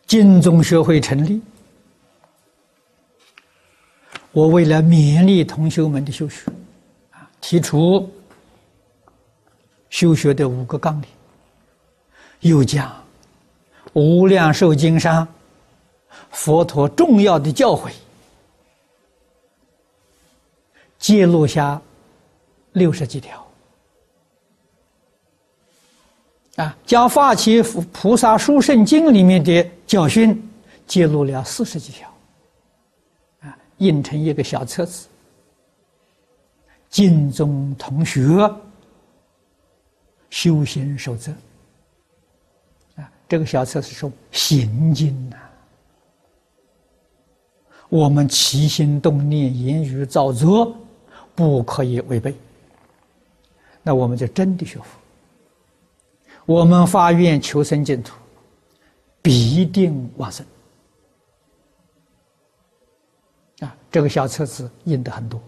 净宗学会成立，我为了勉励同修们的修学，提出修学的5个纲领，又将《无量寿经》上佛陀重要的教诲揭露下60几条，将《法起菩萨殊胜经》里面的教训揭露了40几条，印成一个小册子，净宗同学修行守则。这个小册子是行经我们起心动念、言语造作不可以违背，那我们就真的学佛。我们发愿求生净土，必定往生。这个小册子印得很多，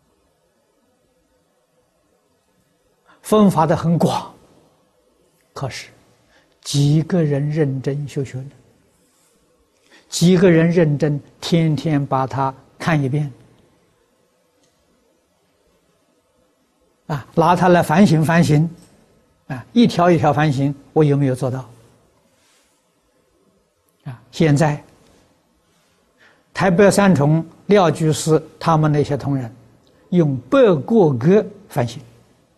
分发得很广，可是几个人认真修学呢？几个人认真天天把它看一遍？拿它来反省反省，一条一条反省，我有没有做到？现在台北三重廖居士他们那些同仁用100个格反省，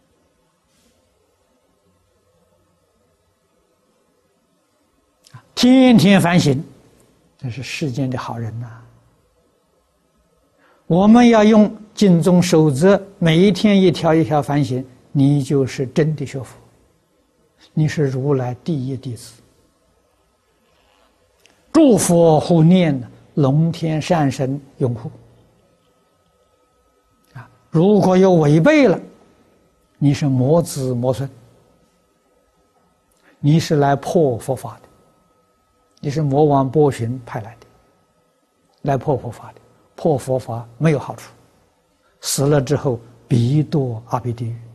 天天反省，这是世间的好人呐。我们要用净宗守则，每一天一条一条反省，你就是真的学佛，你是如来第一弟子。诸佛护念，龙天善神拥护。如果有违背了，你是魔子魔孙，你是来破佛法的，你是魔王波旬派来的，来破佛法的。破佛法没有好处，死了之后必堕阿鼻地狱。